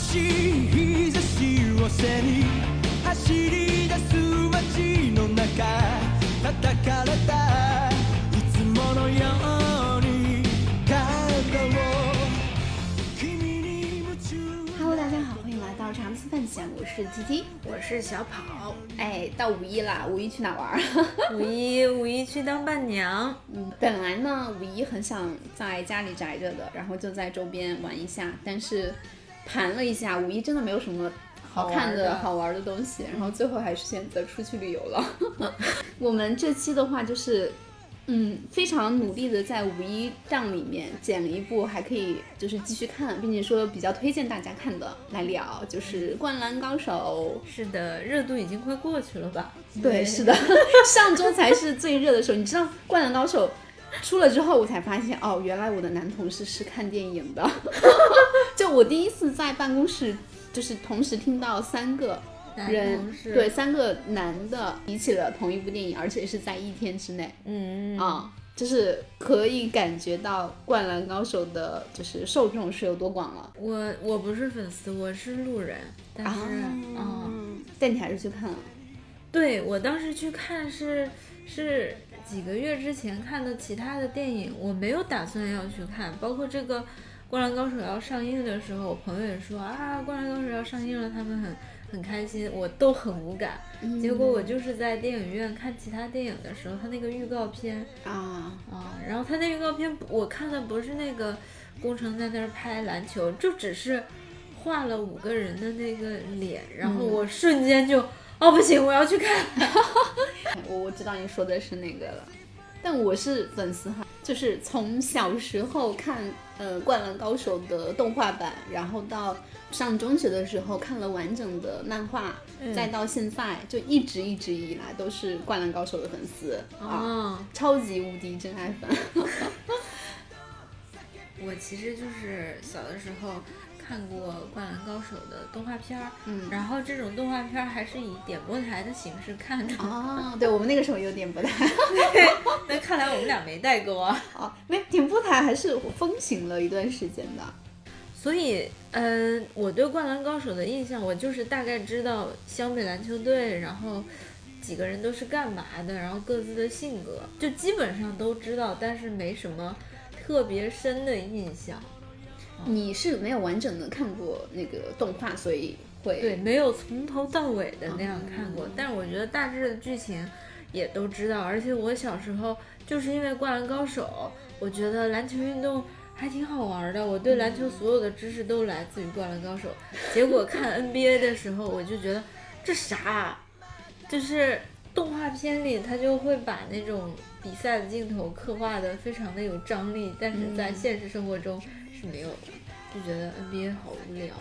しい日差しを背に走り出す街の中叩かれたいつものように感動君に夢中。 Hello， 大家好，欢迎来到茶思饭想，我是 TT， 我是小跑。 哎，到五一啦，五一去哪玩？ 五一去当伴娘。 本来呢，五一很想在家里宅着的，然后就在周边玩一下，但是盘了一下，五一真的没有什么好看的好玩的东西，然后最后还是选择出去旅游了。我们这期的话就是非常努力的在五一档里面剪了一部还可以就是继续看，并且说比较推荐大家看的来聊，就是《灌篮高手》。 是的，热度已经快过去了吧？ 对，是的，上周才是最热的时候。你知道《灌篮高手》出了之后，我才发现哦，原来我的男同事是看电影的。就我第一次在办公室就是同时听到三个人，对，三个男的提起了同一部电影，而且是在一天之内。就是可以感觉到《灌篮高手》的就是受众是有多广了。 我不是粉丝，我是路人，但是但你还是去看了。 对，我当时去看是几个月之前看的其他的电影，我没有打算要去看，包括这个《灌篮高手》要上映的时候，我朋友也说啊，《灌篮高手》要上映了，他们很开心，我都很无感。结果我就是在电影院看其他电影的时候，他那个预告片然后他那预告片我看的不是那个宫城在那儿拍篮球，就只是画了5个人的那个脸，然后我瞬间就不行，我要去看。 我知道你说的是那个了，但我是粉丝哈，就是从小时候看灌篮高手的动画版，然后到上中学的时候看了完整的漫画，再到现在就一直以来都是灌篮高手的粉丝超级无敌真爱粉。 我其实就是小的时候看过《灌篮高手》的动画片然后这种动画片还是以点播台的形式看的。 对，我们那个时候有点播台。 那看来我们俩没代沟啊。 没，点播台还是风行了一段时间的。 所以我对《灌篮高手》的印象，我就是大概知道湘北篮球队，然后几个人都是干嘛的，然后各自的性格就基本上都知道，但是没什么特别深的印象。 你是没有完整的看过那个动画，所以对，没有从头到尾的那样看过，但是我觉得大致的剧情也都知道。而且我小时候就是因为《灌篮高手》，我觉得篮球运动还挺好玩的，我对篮球所有的知识都来自于《灌篮高手》。结果看 NBA 的时候，我就觉得这啥，就是动画片里他就会把那种比赛的镜头刻画的非常的有张力，但是在现实生活中是没有的，就觉得 NBA 好无聊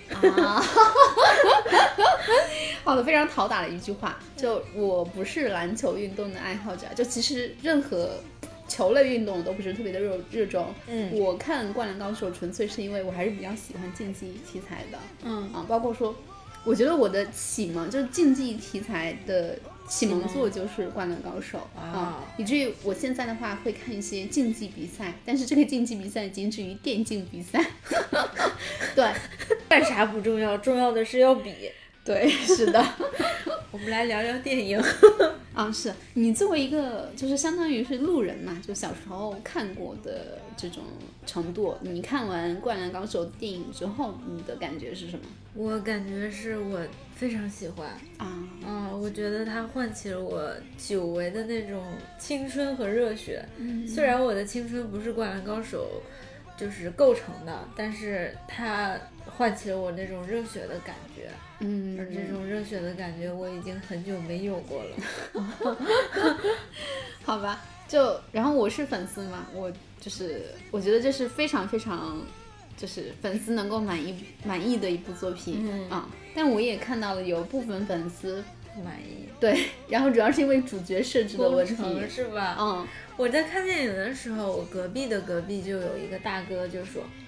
好的，非常讨打的一句话，就我不是篮球运动的爱好者，就其实任何球类运动我都不是特别的热衷。我看《灌篮高手》纯粹是因为我还是比较喜欢竞技题材的。包括说我觉得我的启蒙就是竞技题材的启蒙作就是《灌篮高手》以至于我现在的话会看一些竞技比赛，但是这个竞技比赛仅止于电竞比赛。对， 干啥不重要，重要的是要比。 对，是的。 我们来聊聊电影。 是你作为一个就是相当于是路人嘛，就小时候看过的这种程度，你看完《灌篮高手》电影之后，你的感觉是什么？ 我感觉是我非常喜欢我觉得它唤起了我久违的那种青春和热血。虽然我的青春不是《灌篮高手》就是构成的，但是它唤起了我那种热血的感觉。而这种热血的感觉我已经很久没有过了。 好吧，然后我是粉丝嘛，我觉得这是非常非常就是粉丝能够满意的一部作品但我也看到了有部分粉丝不满意。 对，然后主要是因为主角设置的问题， 是吧？我在看电影的时候，我隔壁就有一个大哥就说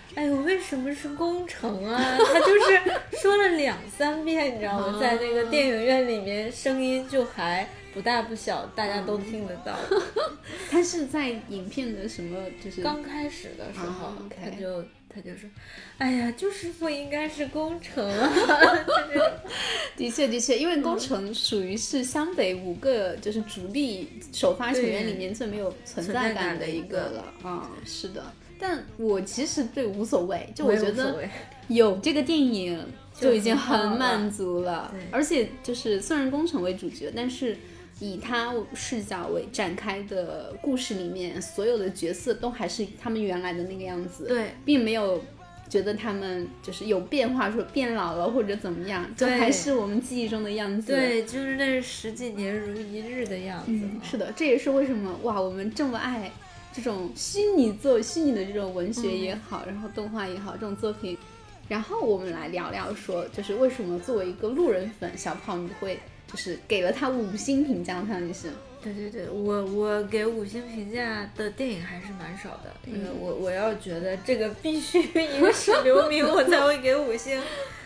哎呦，为什么是工程啊？他就是说了2、3遍，你知道吗？在那个电影院里面，声音就还不大不小，大家都听得到。 他是在影片的什么，就是刚开始的时候， okay. 他就说，哎呀，就是不应该是工程啊。 的确，因为工程属于是湘北5个就是主力首发球员里面最没有存在感的一个了啊、是的。但我其实对无所谓，就我觉得有这个电影就已经很满足了。而且就是虽然工程为主角，但是以他视角为展开的故事里面，所有的角色都还是他们原来的那个样子， 对， 并没有觉得他们就是有变化，说变老了或者怎么样，就还是我们记忆中的样子。 对，就是那10几年如一日的样子。 是的，这也是为什么哇，我们这么爱这种虚拟的这种文学也好，然后动画也好，这种作品。然后我们来聊聊说，就是为什么作为一个路人粉，小炮你会就是给了他5星评价，看你是。 对，我给5星评价的电影还是蛮少的，因为我要觉得这个必须影史留名，我才会给5星。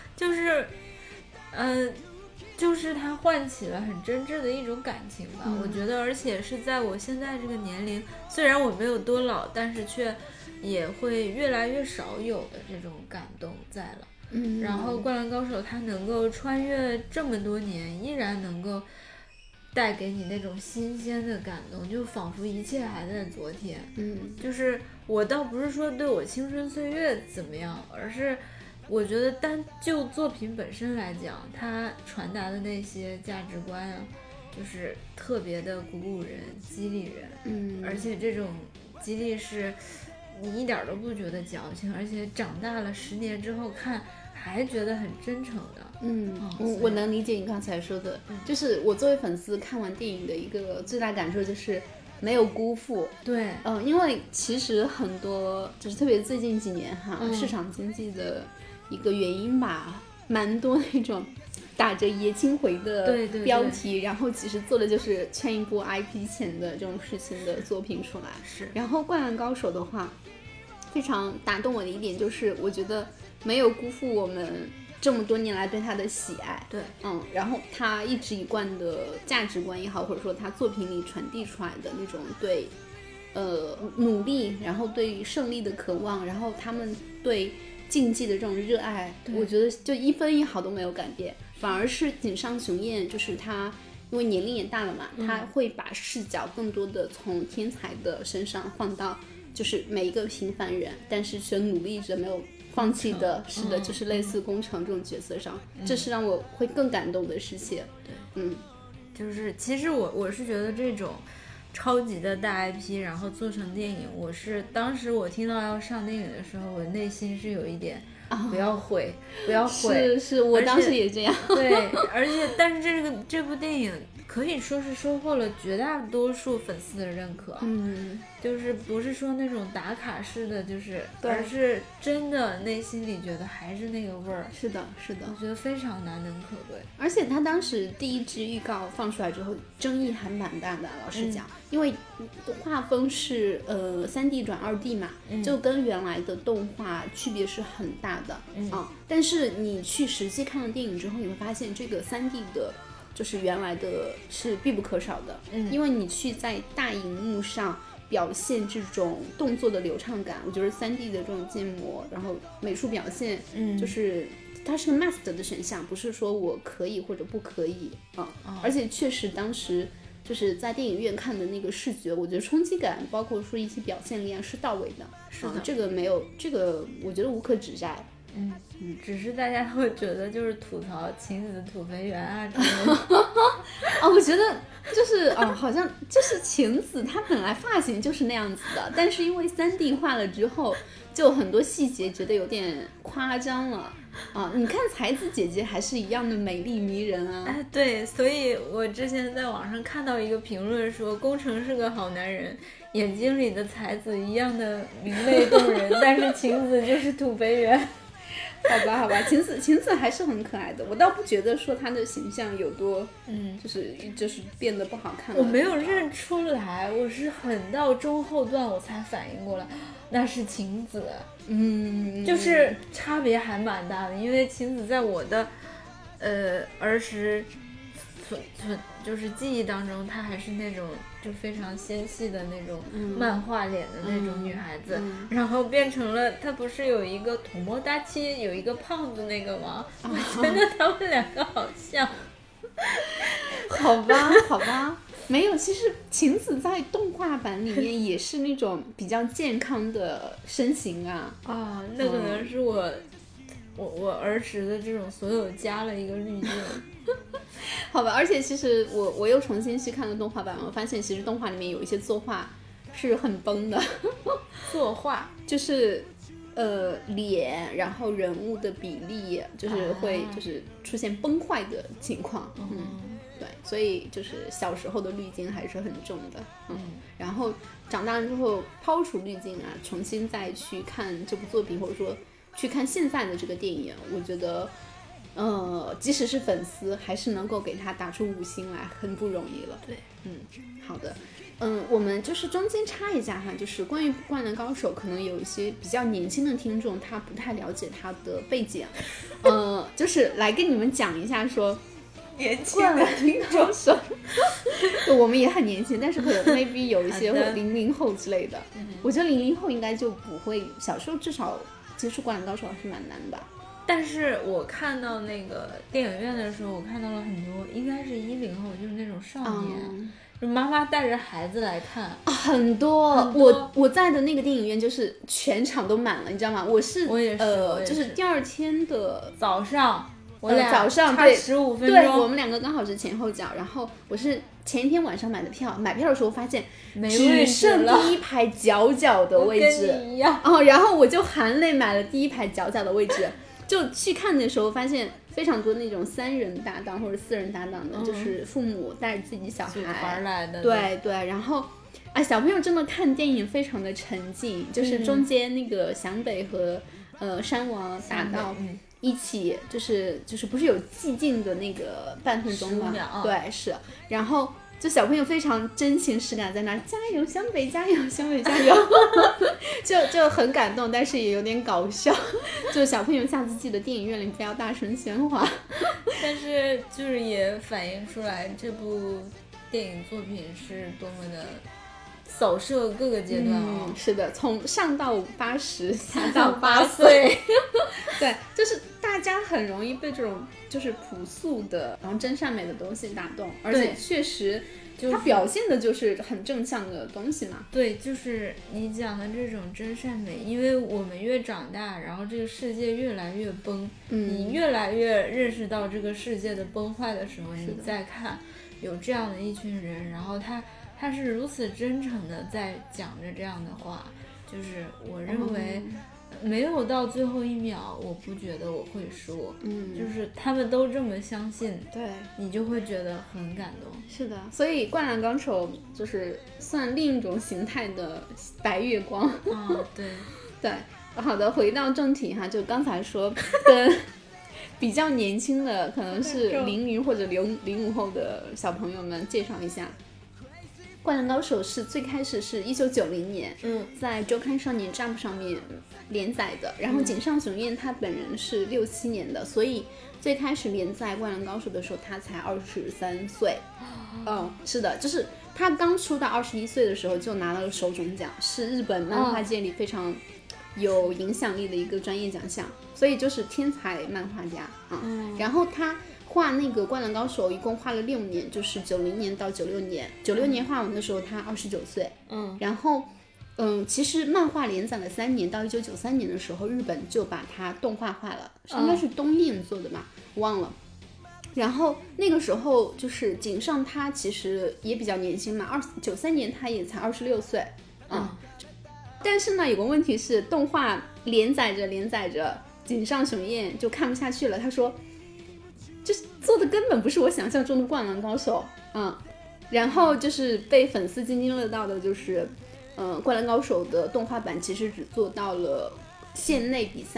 就是它唤起了很真挚的一种感情吧，我觉得，而且是在我现在这个年龄，虽然我没有多老，但是却也会越来越少有的这种感动在了。然后《灌篮高手》它能够穿越这么多年，依然能够带给你那种新鲜的感动，就仿佛一切还在昨天。就是我倒不是说对我青春岁月怎么样，而是我觉得单就作品本身来讲，它传达的那些价值观啊，就是特别的鼓舞人、激励人。而且这种激励是你一点都不觉得矫情，而且长大了10年之后看还觉得很真诚的。 我能理解你刚才说的，就是我作为粉丝看完电影的一个最大感受就是没有辜负。 对， 因为其实很多就是特别最近几年哈，市场经济的一个原因吧，蛮多那种打着爷青回的标题，然后其实做的就是圈一波 IP 钱的这种事情的作品出来。 是。 然后《灌篮高手》的话，非常打动我的一点就是，我觉得没有辜负我们这么多年来对他的喜爱。 对， 然后他一直一贯的价值观也好，或者说他作品里传递出来的那种对努力，然后对胜利的渴望，然后他们对竞技的这种热爱，我觉得就1分1毫都没有改变，反而是井上雄彦，就是他因为年龄也大了嘛，他会把视角更多的从天才的身上放到就是每一个平凡人，但是却努力着没有放弃的，是的，就是类似工程这种角色上，这是让我会更感动的事情。对， 就是其实我是觉得这种超级的大 IP 然后做成电影，当时我听到要上电影的时候，我内心是有一点不要毁，不要毁。 是我当时也这样。 对，而且但是这部电影可以说是收获了绝大多数粉丝的认可。就是不是说那种打卡式的，就是而是真的内心里觉得还是那个味儿。 是的， 我觉得非常难能可贵。 而且他当时第1支预告放出来之后，争议还蛮大的，老实讲，因为画风是3D 转2D 嘛，就跟原来的动画区别是很大的。但是你去实际看了电影之后，你会发现这个3D 的就是原来的是必不可少的。因为你去在大荧幕上表现这种动作的流畅感，我觉得3D 的这种建模，然后美术表现，就是它是个 must 的选项，不是说我可以或者不可以而且确实当时就是在电影院看的那个视觉，我觉得冲击感，包括说一些表现力啊是到位的。是的，这个没有，这个我觉得无可指摘。 只是大家会觉得就是吐槽晴子土肥圆啊之类的。 我觉得就是好像就是晴子她本来发型就是那样子的，但是因为3D 化了之后，就很多细节觉得有点夸张了。你看才子姐姐还是一样的美丽迷人啊。 对，所以我之前在网上看到一个评论说，宫城是个好男人，眼睛里的才子一样的明媚动人，但是晴子就是土肥圆。 好吧，晴子还是很可爱的，我倒不觉得说她的形象有多，就是变得不好看了。 我没有认出来，我是很到中后段我才反应过来，那是晴子。就是差别还蛮大的，因为晴子在我的儿时就是记忆当中，她还是那种就非常纤细的那种漫画脸的那种女孩子，然后变成了她不是有一个土摩大七有一个胖子那个吗？我觉得他们两个好像。 好吧，没有，其实晴子在动画版里面也是那种比较健康的身形啊。 那可能是我儿时的这种所有加了一个滤镜。 好吧，而且其实我又重新去看了动画版，我发现其实动画里面有一些作画是很崩的。 作画就是脸，然后人物的比例就是会就是出现崩坏的情况。对，所以就是小时候的滤镜还是很重的。然后长大了之后抛除滤镜啊，重新再去看这部作品，或者说去看现在的这个电影，我觉得即使是粉丝还是能够给他打出5星来，很不容易了。 对， 好的。我们就是中间插一下哈，就是关于《灌篮高手》，可能有一些比较年轻的听众他不太了解他的背景，就是来跟你们讲一下说， 年轻的听众手，我们也很年轻，但是可能 maybe 有一些00后之类的，我觉得00后应该就不会，小时候至少接触《灌篮高手》还是蛮难的吧。 但是我看到那个电影院的时候，我看到了很多应该是10后，就是那种少年。妈妈带着孩子来看， 很多。我在的那个电影院就是全场都满了，你知道吗？我也是，就是第二天的早上，我俩早上差15分钟， 对，我们两个刚好是前后脚。然后我是前一天晚上买的票，买票的时候发现只剩第一排角角的位置， 跟你一样。 然后我就含泪买了第一排角角的位置。就去看的时候发现非常多那种3人搭档或者4人搭档的，就是父母带着自己小孩来的。 对，然后小朋友真的看电影非常的沉浸，就是中间那个湘北和山王打到一起，就是不是有寂静的那个半分钟吗？对，是，然后就小朋友非常真情实感在那加油湘北加油湘北加油就很感动，但是也有点搞笑，就小朋友下次记得电影院里不要大声喧哗。 但是就是也反映出来这部电影作品是多么的扫射各个阶段。 是的，从上到80，下到8岁对，就是大家很容易被这种就是朴素的然后真善美的东西打动，而且确实它表现的就是很正向的东西嘛。 对，就是你讲的这种真善美，因为我们越长大，然后这个世界越来越崩，你越来越认识到这个世界的崩坏的时候，你再看有这样的一群人，然后他是如此真诚的在讲着这样的话，就是我认为没有到最后1秒我不觉得我会输，就是他们都这么相信， 对， 你就会觉得很感动。 是的，所以灌篮高手就是算另一种形态的白月光。对，好的，回到正题哈，就刚才说跟比较年轻的可能是00或者05后的小朋友们介绍一下，灌篮高手是最开始是1990年在周刊少年 Jump 上面连载的，然后井上雄彦他本人是67年的，所以最开始连载灌篮高手的时候他才23岁。是的，就是他刚出道21岁的时候就拿到了手冢奖，是日本漫画界里非常有影响力的一个专业奖项，所以就是天才漫画家然后他画那个灌篮高手一共画了6年，就是90年到96年，96年画完的时候他29岁。然后其实漫画连载了3年，到1993年的时候日本就把它动画化了，应该是东映做的吧，忘了。然后那个时候就是井上他其实也比较年轻嘛，93年他也才26岁。但是呢有个问题是动画连载着井上雄彦就看不下去了，他说就是做的根本不是我想象中的灌篮高手。然后就是被粉丝津津乐道的就是灌篮高手的动画版其实只做到了县内比赛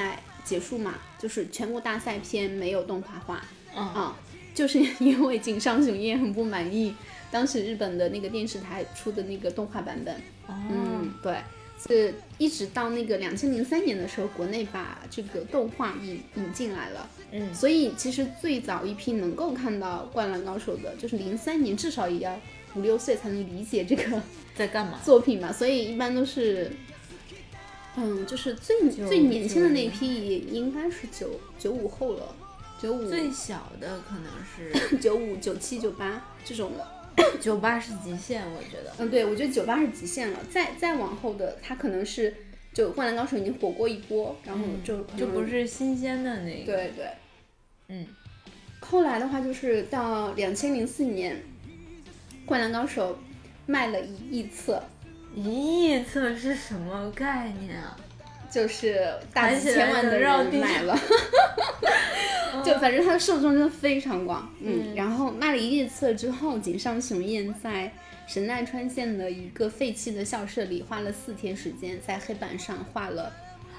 结束嘛，就是全国大赛篇没有动画化就是因为井上雄彦很不满意当时日本的那个电视台出的那个动画版本。对，是一直到那个2003年的时候，国内把这个动画引进来了。所以其实最早一批能够看到《灌篮高手》的，就是03年，至少也要5、6岁才能理解这个在干嘛作品嘛。所以一般都是，就是最年轻的那一批也应该是95后了，95 最小的可能是 95、97、98这种的。 98是极限，我觉得。 对，我觉得98是极限了。再往后的，他可能是就《灌篮高手》已经火过一波，然后就不是新鲜的那个。 对。后来的话，就是到2004年，《灌篮高手》卖了1亿册。 1亿册是什么概念啊？ 就是大几千万的人买了。就反正它的受众真的非常广。然后卖了1亿册之后，井上雄彦在神奈川县的一个废弃的校舍里花了4天时间，在黑板上画了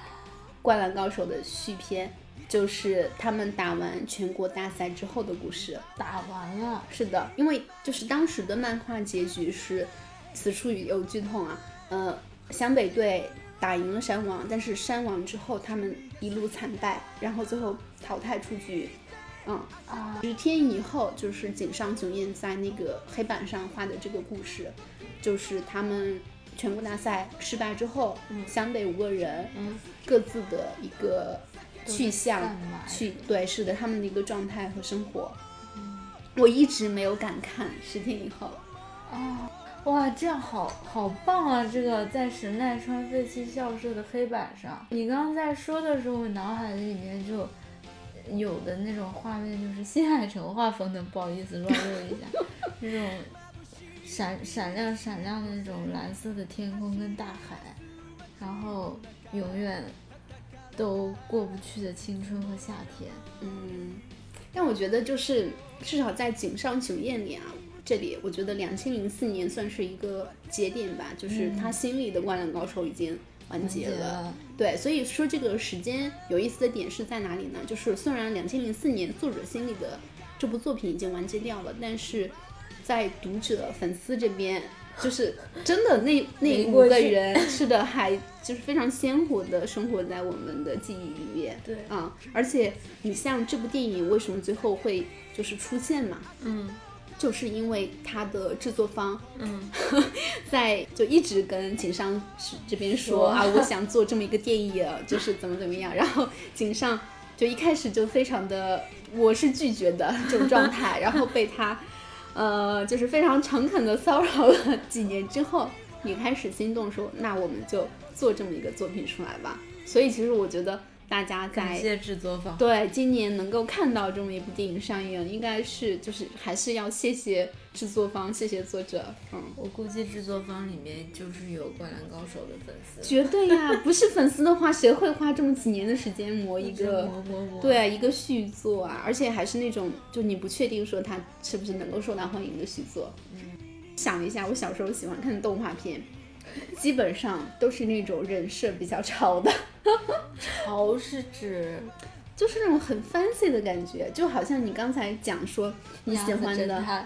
《灌篮高手》的续篇，就是他们打完全国大赛之后的故事。 打完了？ 是的，因为就是当时的漫画结局是，此处有剧透啊，湘北队打赢了山王，但是山王之后他们一路惨败，然后最后淘汰出局。10天以后，就是井上雄彦在那个黑板上画的这个故事，就是他们全国大赛失败之后，湘北5个人，各自的一个去向，对，是的，他们的一个状态和生活。我一直没有敢看10天以后。 哇，这样好棒啊！这个在神奈川废弃校舍的黑板上，你刚刚在说的时候，我脑海里面就有的那种画面，就是新海诚画风的，不好意思乱入一下，那种闪亮的那种蓝色的天空跟大海，然后永远都过不去的青春和夏天。 但我觉得就是至少在井上雄彦里这里我觉得2004年算是一个节点吧，就是他心里的灌篮高手已经完结了。对，所以说这个时间有意思的点是在哪里呢？就是虽然2004年作者心里的这部作品已经完结掉了，但是在读者粉丝这边，就是真的那5个人是的，还就是非常鲜活的生活在我们的记忆里面。 对而且你像这部电影为什么最后会就是出现嘛，就是因为他的制作方在就一直跟井上这边说我想做这么一个电影，就是怎么样，然后井上就一开始就非常的我是拒绝的这种状态，然后被他就是非常诚恳的骚扰了几年之后，也开始心动说那我们就做这么一个作品出来吧。所以其实我觉得大家在感谢制作方， 对今年能够看到这么一部电影上映，应该是就是还是要谢谢制作方，谢谢作者。 我估计制作方里面就是有灌篮高手的粉丝。 绝对呀，不是粉丝的话谁会花这么几年的时间磨一个对一个续作啊，而且还是那种就你不确定说它是不是能够受到欢迎的续作。想了一下，我小时候喜欢看的动画片基本上都是那种人设比较潮的。 潮是指就是那种很 fancy 的感觉，就好像你刚才讲说你喜欢的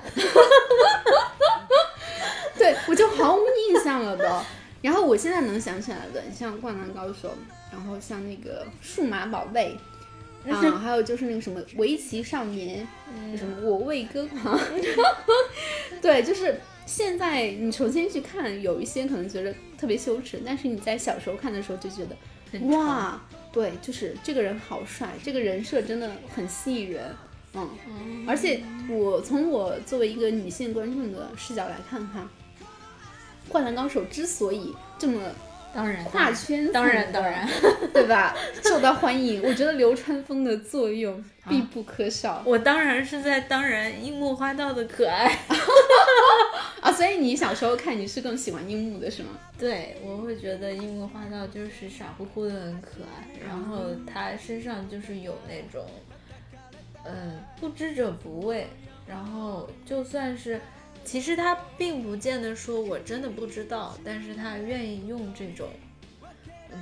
对，我就毫无印象了都。然后我现在能想起来的，像灌篮高手，然后像那个数码宝贝还有就是那个什么围棋少年，什么我为歌狂对，就是现在你重新去看，有一些可能觉得特别羞耻，但是你在小时候看的时候就觉得哇，对，就是这个人好帅，这个人设真的很吸引人。而且从我作为一个女性观众的视角来看哈，灌篮高手之所以这么跨圈， 当然对吧，受到欢迎，我觉得流川枫的作用必不可少。 我当然是在樱木花道的可爱所以你小时候看你是更喜欢樱木的是吗？ 对，我会觉得樱木花道就是傻乎乎的很可爱，然后他身上就是有那种不知者不畏，然后就算是其实他并不见得说我真的不知道，但是他愿意用这种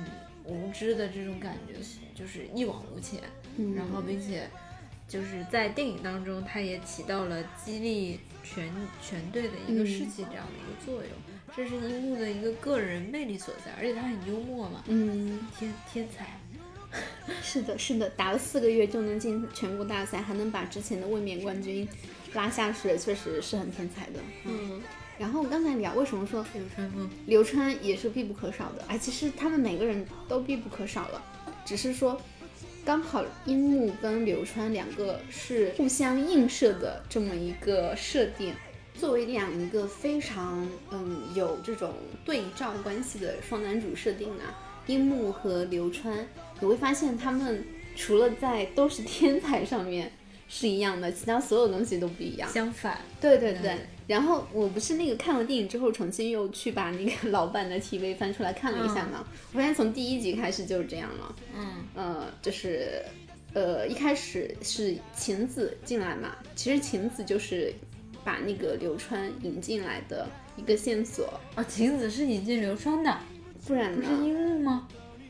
无知的这种感觉，就是一往无前。然后并且就是在电影当中，它也起到了激励全队的一个士气这样的一个作用。这是樱木的一个个人魅力所在，而且他很幽默嘛。天才。 是的，是的，打了4个月就能进全国大赛，还能把之前的卫冕冠军拉下水，确实是很天才的。然后刚才聊为什么说流川也是必不可少的，其实他们每个人都必不可少了，只是说刚好樱木跟流川两个是互相映射的这么一个设定。作为一个非常有这种对照关系的双男主设定啊，樱木和流川，你会发现他们除了在都是天才上面是一样的，其他所有东西都不一样， 相反。 对。然后我不是看了电影之后重新又去把那个老版的 TV 翻出来看了一下嘛，我发现从第1集开始就是这样了。就是一开始是晴子进来嘛，其实晴子就是把那个流川引进来的一个线索。 晴子是引进流川的， 不然呢？ 不是樱木吗？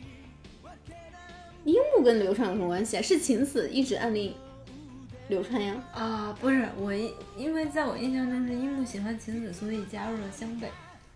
樱木跟流川有什么关系啊？是晴子一直暗恋流川呀。 不是我，因为在我印象中是樱木喜欢晴子，所以加入了湘北。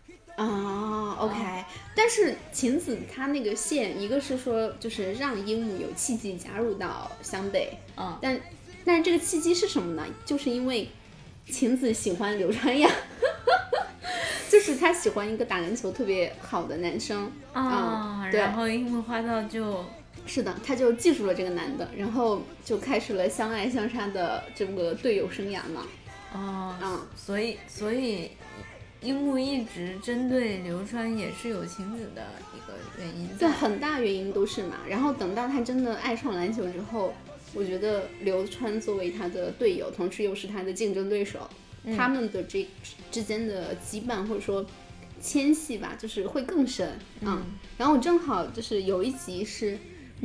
OK。但是晴子她那个线，一个是说就是让樱木有契机加入到湘北，但这个契机是什么呢？就是因为晴子喜欢流川呀。就是他喜欢一个打篮球特别好的男生对， 然后樱木花道是的，他就记住了这个男的，然后就开始了相爱相杀的这个队友生涯嘛。 所以樱木一直针对流川也是有晴子的一个原因， 对，很大原因都是嘛。然后等到他真的爱上篮球之后，我觉得流川作为他的队友，同时又是他的竞争对手，他们的这之间的羁绊或者说牵系吧，就是会更深。然后我正好就是有一集是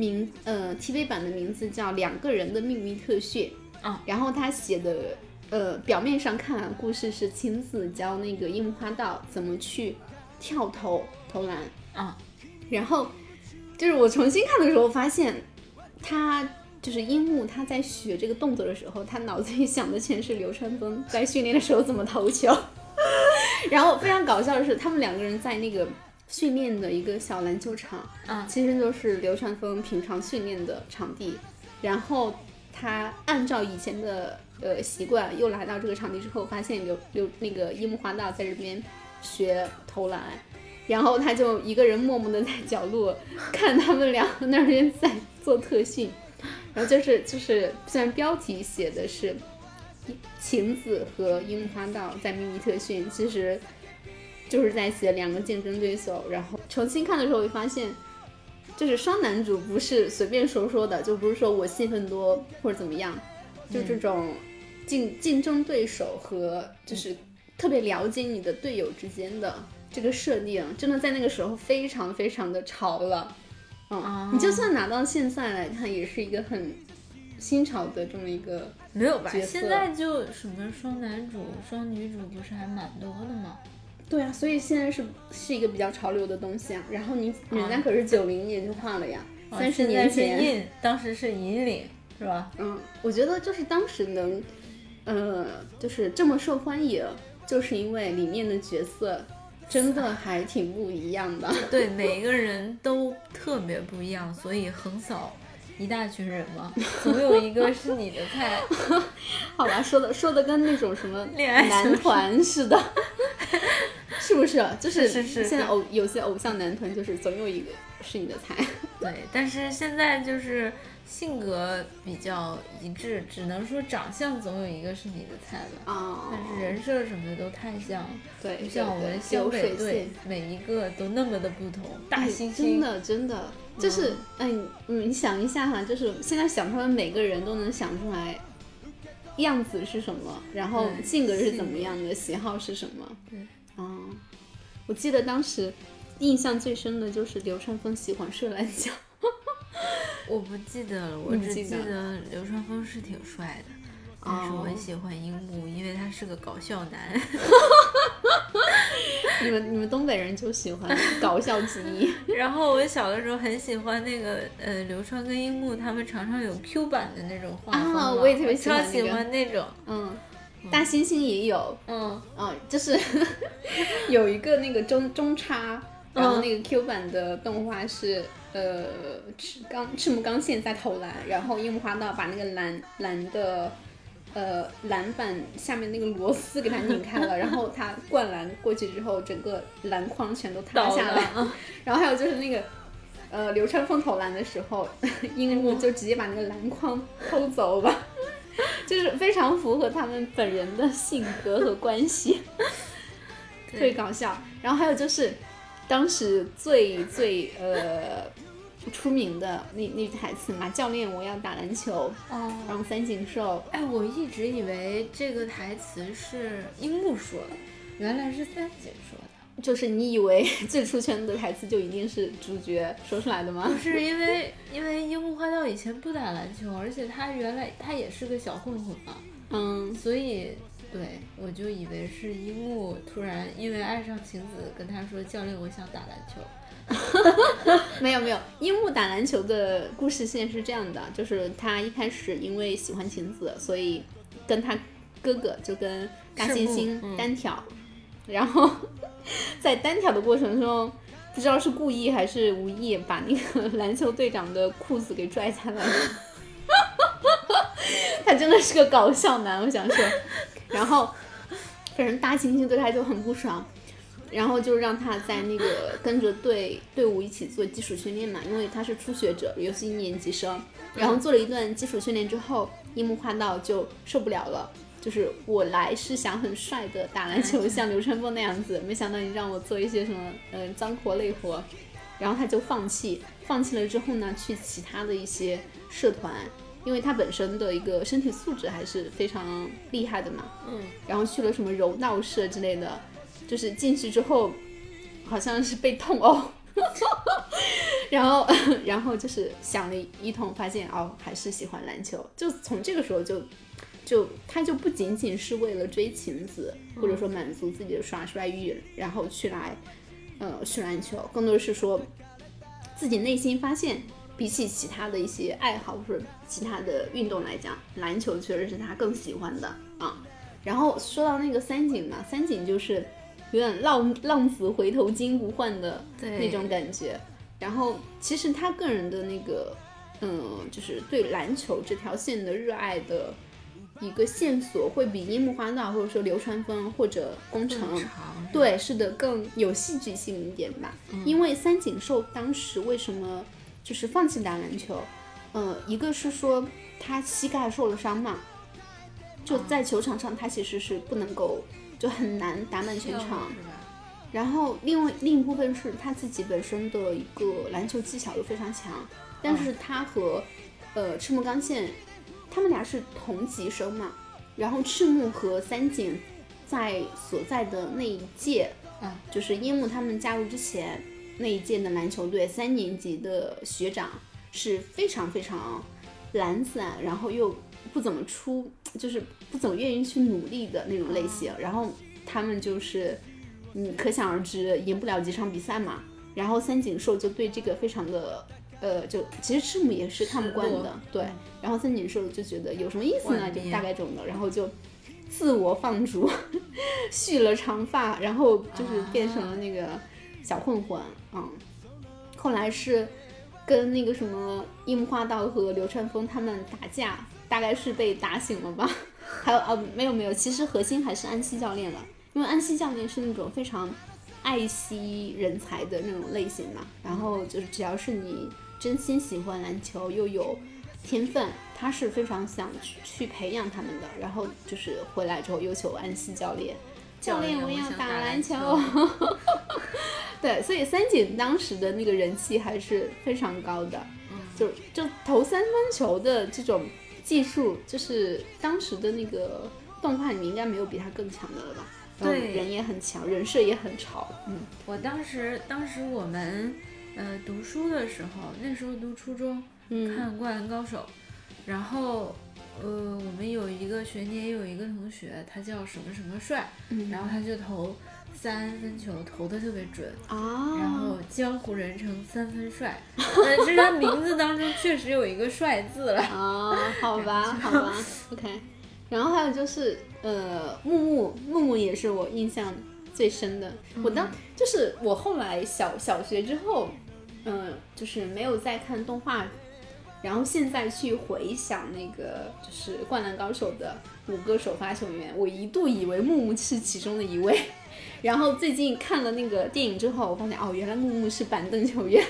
TV 版的名字叫2个人的秘密特训然后他写的表面上看故事是晴子教那个樱木花道怎么去跳投篮然后就是我重新看的时候发现他就是樱木他在学这个动作的时候，他脑子里想的全是流川枫在训练的时候怎么投球。然后非常搞笑的是，他们2个人在那个训练的一个小篮球场其实就是流川枫平常训练的场地，然后他按照以前的习惯又来到这个场地之后，发现那个樱木花道在这边学投篮，然后他就一个人默默的在角落看他们俩那边在做特训。然后就是虽然标题写的是晴子和樱木花道在秘密特训，其实就是在写2个竞争对手。然后重新看的时候会发现，就是双男主不是随便说的，就不是说我戏份多或者怎么样，就这种竞争对手和就是特别了解你的队友之间的这个设定，真的在那个时候非常非常的潮了。你就算拿到现在来看，也是一个很新潮的这么一个没有吧？现在就什么双男主、双女主不是还蛮多的吗？ 对啊，所以现在是一个比较潮流的东西啊。然后人家可是90年就画了呀，30年前， 当时是引领是吧？ 我觉得就是当时能，就是这么受欢迎，就是因为里面的角色真的还挺不一样的。 对，每一个人都特别不一样，所以横扫一大群人嘛，总有一个是你的菜。 好吧，说的跟那种什么恋爱男团似的，是不是？就是现在有些偶像男团就是总有一个是你的菜。 对，但是现在就是性格比较一致，只能说长相总有一个是你的菜了但是人设什么的都太像， 对， 像我们湘北队每一个都那么的不同，大猩猩， 真的就是你想一下哈，就是现在想他们每个人都能想出来样子是什么，然后性格是怎么样的，喜好是什么。我记得当时印象最深的就是流川枫喜欢射篮球。 我不记得了，我只记得流川枫是挺帅的，但是我喜欢樱木，因为他是个搞笑男。 你们东北人就喜欢搞笑记忆。 然后我小的时候很喜欢那个流川跟樱木他们常常有 Q 版的那种画风啊，我也特别喜欢、 超喜欢那种。 大猩猩也有，就是有一个那个中插，然后那个 Q 版的动画是赤木刚宪在投篮，然后樱木花道把那个篮的篮板下面那个螺丝给它拧开了，然后他灌篮过去之后，整个篮筐全都塌下来。然后还有就是那个流川枫投篮的时候，樱木就直接把那个篮筐偷走吧。就是非常符合他们本人的性格和关系，特别搞笑。然后还有就是当时最出名的那台词嘛，教练我要打篮球，然后三井寿。 我一直以为这个台词是樱木说的，原来是三井说的。 就是你以为最出圈的台词就一定是主角说出来的吗？ 不是，因为樱木花道以前不打篮球，而且他原来他也是个小混混嘛，所以对我就以为是樱木突然因为爱上晴子跟他说教练我想打篮球。 没有，樱木打篮球的故事线是这样的，就是他一开始因为喜欢晴子，所以跟他哥哥就跟大猩猩单挑，然后在单挑的过程中，不知道是故意还是无意，把那个篮球队长的裤子给拽下来了。他真的是个搞笑男，我想说。然后反正大猩猩对他就很不爽，然后就让他在那个跟着队伍一起做基础训练嘛，因为他是初学者，又是1年级生。然后做了一段基础训练之后，樱木花道就受不了了，就是我来是想很帅的打篮球，像流川枫那样子，没想到你让我做一些什么脏活累活，然后他就放弃了之后呢，去其他的一些社团，因为他本身的一个身体素质还是非常厉害的嘛，然后去了什么柔道社之类的，就是进去之后好像是被痛殴。然后就是想了一通，发现还是喜欢篮球，就从这个时候他就不仅仅是为了追晴子，或者说满足自己的耍帅欲，然后去篮球，更多的是说自己内心发现，比起其他的一些爱好或者其他的运动来讲，篮球确实是他更喜欢的啊。然后说到那个三井嘛，三井就是有点浪子回头金不换的那种感觉。然后其实他个人的那个就是对篮球这条线的热爱的一个线索会比樱木花道或者说流川枫或者宫城对是的更有戏剧性一点吧。因为三井寿当时为什么就是放弃打篮球，一个是说他膝盖受了伤嘛，就在球场上他其实是不能够，就很难打满全场。然后另一部分是他自己本身的一个篮球技巧又非常强，但是他和赤木刚宪他们俩是同级生嘛，然后赤木和三井在所在的那一届，就是樱木他们加入之前那一届的篮球队3年级的学长是非常非常懒散，然后又不怎么就是不怎么愿意去努力的那种类型，然后他们就是可想而知赢不了几场比赛嘛。然后三井寿就对这个非常的就其实赤木也是看不惯的，对。然后三井寿就觉得有什么意思呢，就大概这种的，然后就自我放逐，蓄了长发，然后就是变成了那个小混混。后来是跟那个什么樱木花道和流川枫他们打架，大概是被打醒了吧。还有没有，其实核心还是安西教练了，因为安西教练是那种非常爱惜人才的那种类型嘛，然后就是只要是你真心喜欢篮球又有天分，他是非常想去培养他们的。然后就是回来之后又求安西教练我要打篮球。对，所以三井当时的那个人气还是非常高的，就投3分球的这种技术，就是当时的那个动画里面应该没有比他更强的了吧。对，人也很强，人设也很潮。 我当时我们读书的时候，那时候读初中，看《灌篮高手》，然后我们有一个学年有一个同学，他叫什么什么帅，然后他就投 3分球投的特别准啊， 然后江湖人称3分帅，但是他名字当中确实有一个帅字了啊，好吧好吧 OK。 然后还有就是木木也是我印象最深的。就是我后来小学之后就是没有再看动画，然后现在去回想那个就是灌篮高手的5个首发球员，我一度以为木木是其中的一位，然后最近看了那个电影之后，我发现原来木木是板凳球员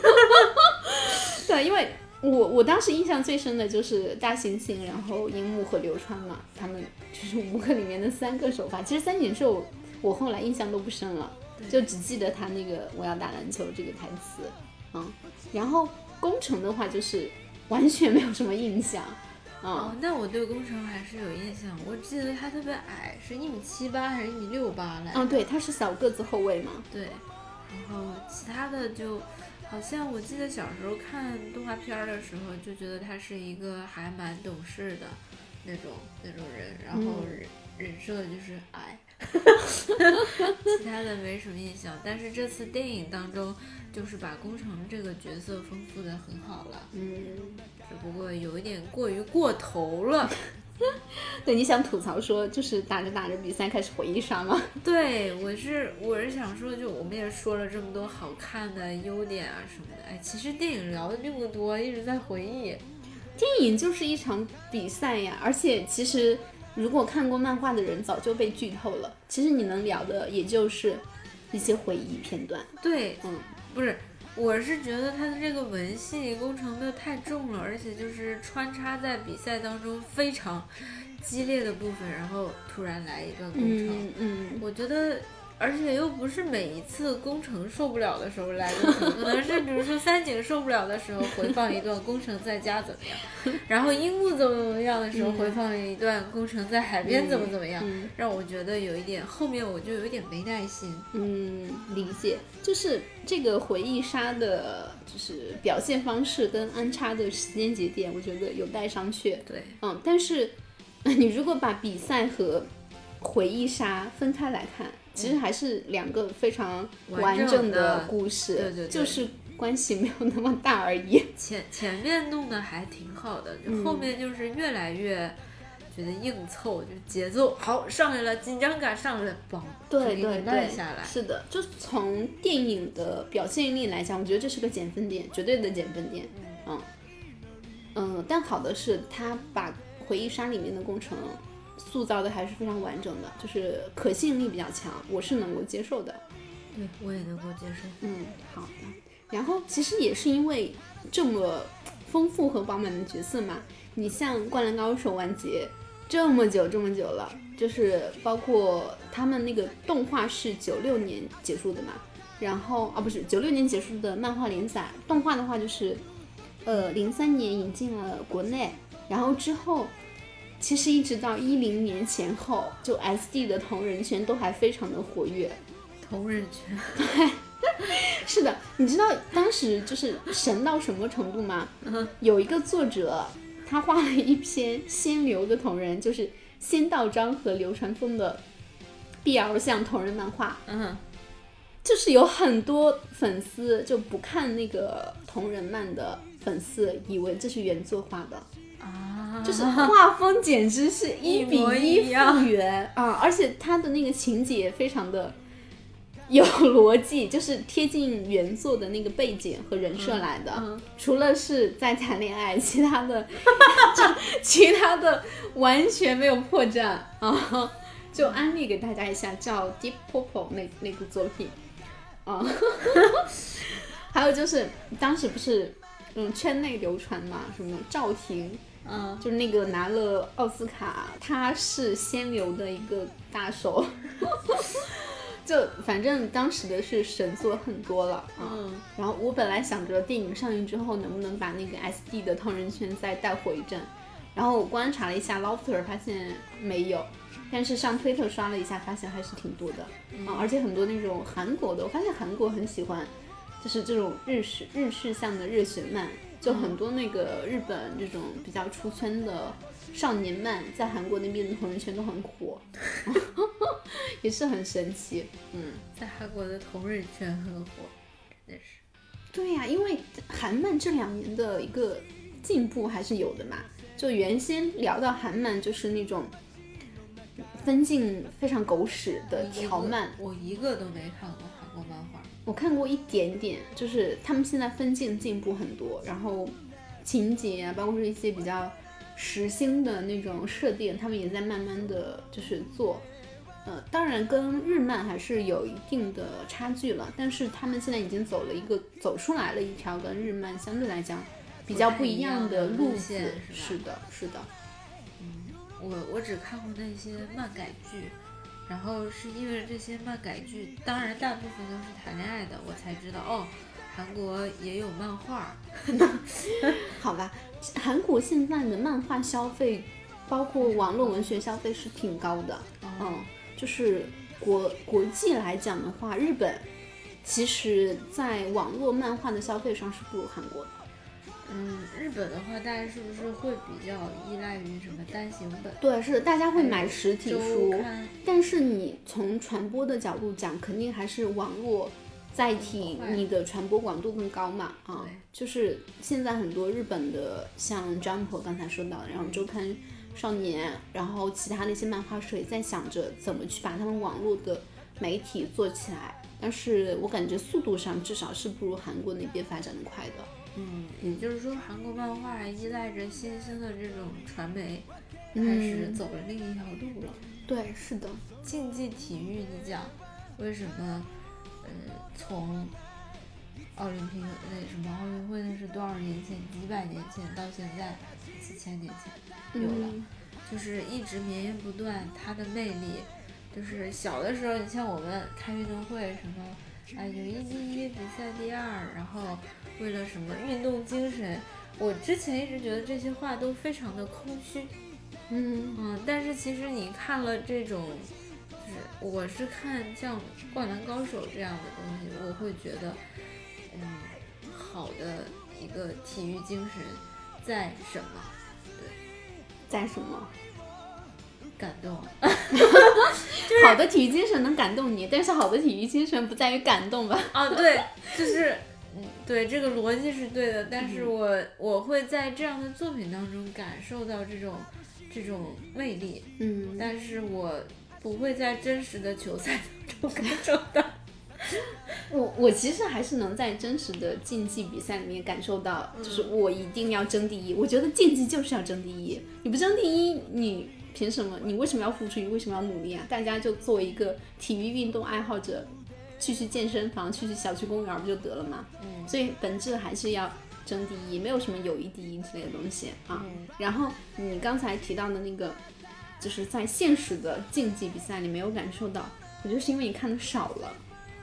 对，因为我当时印象最深的就是大猩猩，然后樱木和流川嘛，他们就是5个里面的3个首发。其实三井寿我后来印象都不深了，就只记得他那个我要打篮球这个台词然后宫城的话就是完全没有什么印象那我对宫城还是有印象，我记得他特别矮，是1.78米还是1.68米来对，他是小个子后卫嘛。 对，然后其他的就好像我记得小时候看动画片的时候就觉得他是一个还蛮懂事的那种人，然后人设就是矮其他的没什么印象，但是这次电影当中就是把宫城这个角色丰富的很好了，只不过有一点过头了对，你想吐槽说就是打着打着比赛开始回忆杀吗？ 对，我是想说，就我们也说了这么多好看的优点啊什么的，其实电影聊的并不多，一直在回忆。 电影就是一场比赛呀，而且其实如果看过漫画的人早就被剧透了，其实你能聊的也就是一些回忆片段。 对，不是，我是觉得他的这个文戏工程的太重了，而且就是穿插在比赛当中非常激烈的部分，然后突然来一段工程，我觉得。而且又不是每一次宫城受不了的时候来工程，可能是比如说三井受不了的时候回放一段宫城在家怎么样，然后樱木怎么样的时候回放一段宫城在海边怎么样，让我觉得有一点后面我就有一点没耐心。 理解，就是这个回忆杀的就是表现方式跟安插的时间节点，我觉得有待商榷。 对， 但是你如果把比赛和回忆杀分开来看，其实还是2个非常完整的故事， 对， 就是关系没有那么大而已。 前面弄得还挺好的，就后面就是越来越觉得硬凑，就节奏好上来了，紧张感上来了，嘣， 对， 慢下来。 是的，就从电影的表现力来讲，我觉得这是个减分点，绝对的减分点。但好的是他把回忆杀里面的工程塑造的还是非常完整的，就是可信力比较强，我是能够接受的。 对，我也能够接受。 好的。然后其实也是因为这么丰富和饱满的角色嘛，你像《灌篮高手》完结这么久了，就是包括他们那个动画是96年结束的嘛，然后不是96年结束的漫画连载，动画的话就是03年引进了国内，然后之后其实一直到10年前后，就 SD 的同人圈都还非常的活跃。 同人圈， 对，是的，你知道当时就是神到什么程度吗？有一个作者，他画了一篇仙流的同人，就是仙道章和流川枫的 BL 向同人漫画。就是有很多粉丝就不看那个同人漫的粉丝，以为这是原作画的。就是画风简直是1比1复原而且他的那个情节非常的有逻辑，就是贴近原作的那个背景和人设来的。除了是在谈恋爱，其他的完全没有破绽就安利给大家一下，叫 Deep Purple 那部作品还有就是当时不是圈内流传嘛，什么赵婷就是那个拿了奥斯卡，他是仙流的一个大手就反正当时的是神作很多了然后我本来想着电影上映之后能不能把那个 SD 的同人圈再带火一阵，然后我观察了一下 Lofter 发现没有，但是上推特刷了一下发现还是挺多的而且很多那种韩国的，我发现韩国很喜欢就是这种日式向的热血漫就很多那个日本这种比较出圈的少年漫，在韩国那边的同人圈都很火，也是很神奇。 在韩国的同人圈很火，真的是。 对呀，因为韩漫这2年的一个进步还是有的嘛。就原先聊到韩漫，就是那种分镜非常狗屎的条漫， 我一个都没看过韩国漫画。 我看过一点点，就是他们现在分镜进步很多，然后情节啊，包括是一些比较实心的那种设定，他们也在慢慢的就是做。当然跟日漫还是有一定的差距了，但是他们现在已经走出来了一条跟日漫相对来讲比较不一样的路线。是的。 我只看过那些漫改剧，然后是因为这些漫改剧，当然大部分都是谈恋爱的，我才知道韩国也有漫画。 好吧，韩国现在的漫画消费，包括网络文学消费是挺高的。就是国际来讲的话，日本其实在网络漫画的消费上是不如韩国的。 日本的话，大家是不是会比较依赖于什么单行本？ 对，是的，大家会买实体书，但是你从传播的角度讲，肯定还是网络载体你的传播广度更高嘛。就是现在很多日本的像 Jump 刚才说到的，然后周刊少年，然后其他的一些漫画社也在想着怎么去把他们网络的媒体做起来，但是我感觉速度上至少是不如韩国那边发展的快的。 也就是说韩国漫画依赖着新兴的这种传媒，开始走了另一条路了。 对，是的。 竞技体育，你讲为什么从奥林匹克那什么奥运会那是多少年前，几百年前到现在4000年前有了，就是一直绵延不断，它的魅力就是小的时候，你像我们看运动会什么友谊第1，比赛第2，然后为了什么运动精神，我之前一直觉得这些话都非常的空虚。但是其实你看了这种，就是我是看像《灌篮高手》这样的东西，我会觉得好的一个体育精神在什么？对， 在什么？ 感动。 好的体育精神能感动你，但是好的体育精神不在于感动吧？ 对，就是对，这个逻辑是对的，但是我会在这样的作品当中感受到这种魅力，但是我不会在真实的球赛当中感受到。 我其实还是能在真实的竞技比赛里面感受到，就是我一定要争第一。我觉得竞技就是要争第一，你不争第一，你凭什么？你为什么要付出？你为什么要努力啊？大家就作为一个体育运动爱好者，去健身房，去小区公园不就得了吗？所以本质还是要争第一，没有什么友谊第一之类的东西啊。然后你刚才提到的那个，就是在现实的竞技比赛里没有感受到，我觉得是因为你看的少了。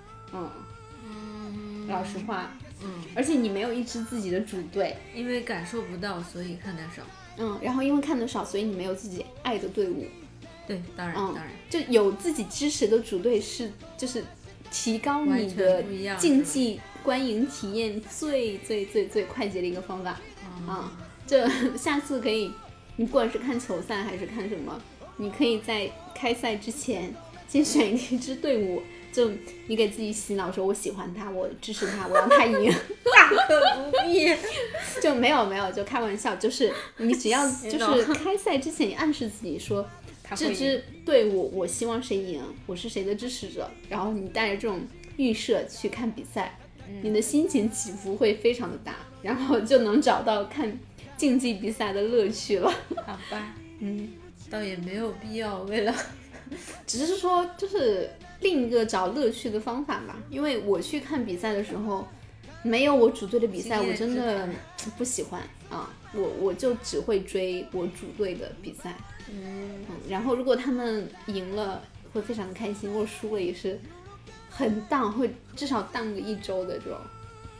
老实话，而且你没有一支自己的主队， 因为感受不到，所以看得少。 然后因为看得少，所以你没有自己爱的队伍。 对，当然， 就有自己支持的主队就是提高你的竞技观影体验最快捷的一个方法。这下次可以，你不管是看球赛还是看什么，你可以在开赛之前先选一支队伍。就你给自己洗脑说我喜欢他，我支持他，我要他赢。 大可不必。 就没有就开玩笑，就是你只要就是开赛之前你暗示自己说这支队伍我希望谁赢，我是谁的支持者，然后你带着这种预设去看比赛，你的心情起伏会非常的大，然后就能找到看竞技比赛的乐趣了。 好吧，倒也没有必要为了只是说就是另一个找乐趣的方法吧。因为我去看比赛的时候没有我主队的比赛，我真的不喜欢我就只会追我主队的比赛。然后如果他们赢了会非常的开心，如果输了也是很荡，会至少荡个1周的这种。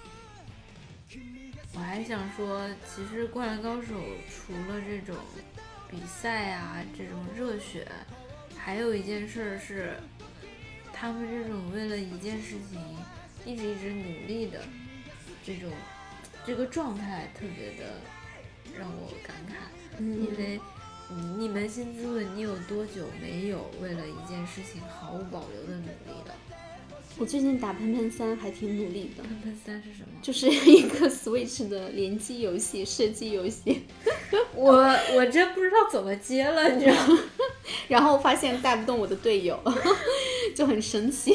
我还想说，其实《灌篮高手》除了这种比赛啊这种热血，还有一件事是他们这种为了一件事情一直努力的这种， 这个状态特别的让我感慨，因为你扪心自问，你有多久没有为了一件事情毫无保留的努力了？ 我最近打喷喷3还挺努力的。 喷喷3是什么？ 就是一个 Switch 的联机游戏，射击游戏。 我真不知道怎么接了，你知道吗？ 然后发现带不动我的队友，就很生气。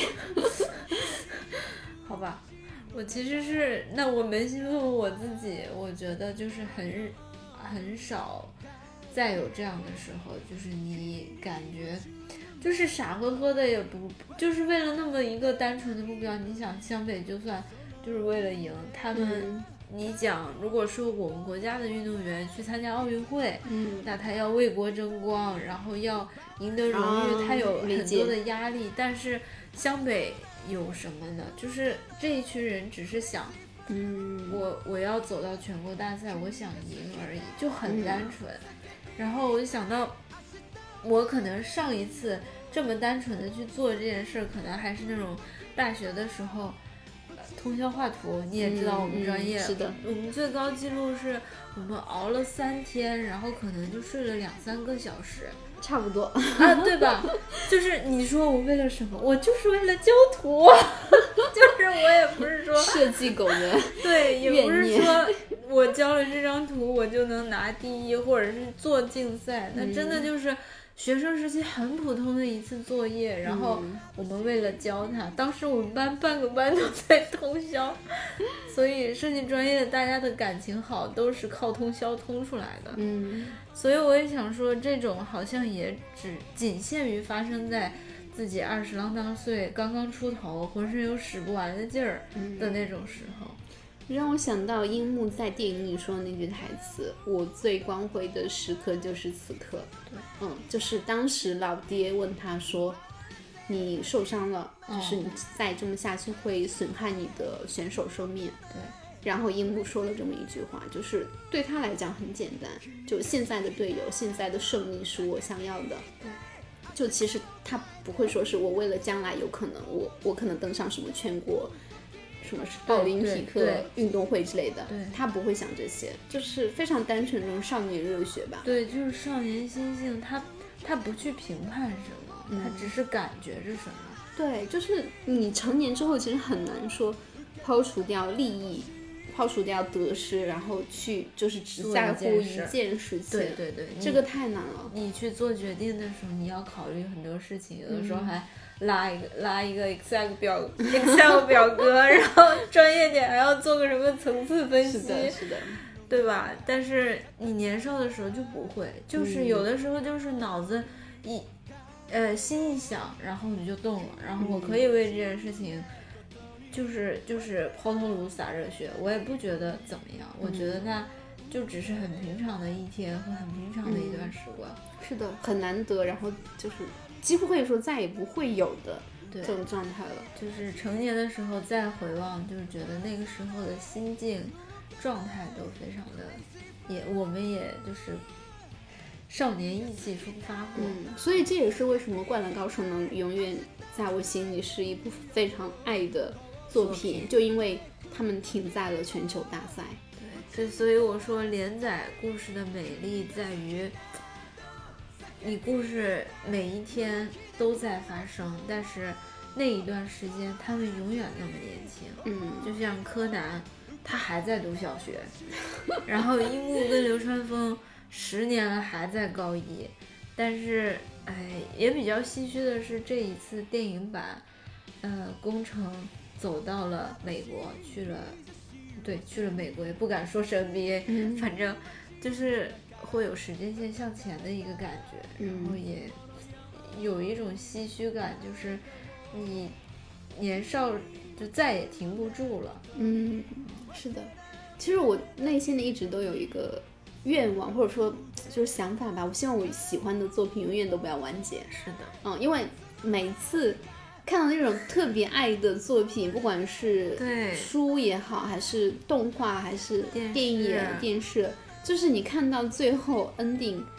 好吧，我其实是，那我扪心问问我自己，我觉得就是很少再有这样的时候，就是你感觉就是傻呵呵的，也不就是为了那么一个单纯的目标。你想湘北就算就是为了赢他们，你讲如果说我们国家的运动员去参加奥运会，那他要为国争光，然后要赢得荣誉，他有很多的压力。但是湘北有什么呢？就是这一群人只是想，我要走到全国大赛，我想赢而已，就很单纯。然后我就想到，我可能上一次这么单纯的去做这件事，可能还是那种大学的时候，通宵画图。你也知道我们专业， 是的， 我们最高记录是我们熬了3天，然后可能就睡了2-3个小时。 差不多啊，对吧？就是你说我为了什么？我就是为了交图，就是我也不是说设计狗的对，也不是说我交了这张图我就能拿第1，或者是做竞赛，那真的就是学生时期很普通的一次作业，然后我们为了教它，当时我们班半个班都在通宵，所以设计专业大家的感情好都是靠通宵通出来的。所以我也想说，这种好像也仅限于发生在自己20啷当岁刚刚出头浑身有使不完的劲儿的那种时候。 让我想到樱木在电影里说的那句台词，我最光辉的时刻就是此刻。对，就是当时老爹问他说你受伤了，就是你再这么下去会损害你的选手生命。 对， 然后樱木说了这么一句话，就是对他来讲很简单，就现在的队友，现在的胜利是我想要的。就其实他不会说是我为了将来有可能我可能登上什么全国什么奥林匹克运动会之类的，他不会想这些，就是非常单纯的那种少年热血吧。 对，就是少年心性，他不去评判什么，他只是感觉着什么。 对，就是你成年之后其实很难说抛除掉利益，抛除掉得失，然后去就是只在乎一件事情。 对对对， 这个太难了。 你去做决定的时候，你要考虑很多事情，有的时候还拉一个 Excel 表格，然后专业点还要做个什么层次分析。 是的， 对吧？但是你年少的时候就不会，就是有的时候就是脑子心一想，然后你就动了，然后我可以为这件事情。就是抛头颅洒热血，我也不觉得怎么样，我觉得那就只是很平常的一天和很平常的一段时光。 是的，很难得，然后就是几乎可以说再也不会有的这种状态了。 就是成年的时候再回望，就是觉得那个时候的心境状态都非常的，我们也就是少年意气风发过。 所以这也是为什么《灌篮高手》能永远在我心里是一部非常爱的作品，就因为他们停在了全球大赛。 对，所以我说连载故事的美丽在于你故事每一天都在发生，但是那一段时间他们永远那么年轻。就像柯南他还在读小学，然后樱木跟流川枫10年了还在高一。但是也比较唏嘘的是这一次电影版宫城走到了美国去了美国，也不敢说是 NBA，反正就是会有时间线向前的一个感觉，然后也有一种唏嘘感，就是你年少就再也停不住了。 是的，其实我内心的一直都有一个愿望，或者说就是想法吧，我希望我喜欢的作品永远都不要完结。 是的， 因为每次看到那种特别爱的作品，不管是书也好，还是动画，还是电影、电视，就是你看到最后 ending